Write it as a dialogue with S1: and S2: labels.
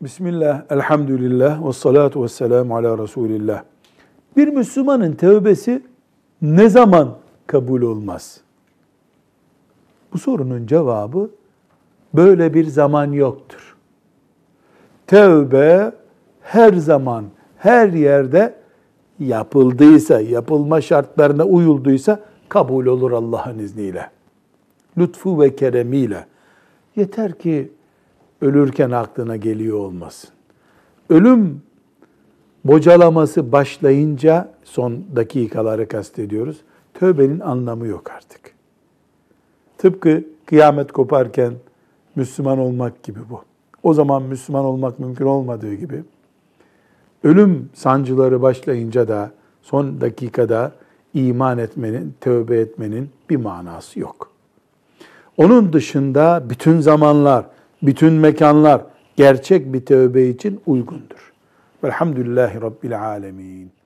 S1: Bismillah, elhamdülillah, ve salatu ve selamu ala Resulillah. Bir Müslümanın tövbesi ne zaman kabul olmaz? Bu sorunun cevabı böyle bir zaman yoktur. Tövbe her zaman, her yerde yapıldıysa, yapılma şartlarına uyulduysa kabul olur Allah'ın izniyle. Lütfu ve keremiyle. Yeter ki ölürken aklına geliyor olmasın. Ölüm bocalaması başlayınca, son dakikaları kastediyoruz, tövbenin anlamı yok artık. Tıpkı kıyamet koparken Müslüman olmak gibi bu. O zaman Müslüman olmak mümkün olmadığı gibi, ölüm sancıları başlayınca da son dakikada iman etmenin, tövbe etmenin bir manası yok. Onun dışında bütün zamanlar, bütün mekanlar gerçek bir tövbe için uygundur. Velhamdülillahi Rabbil alemin.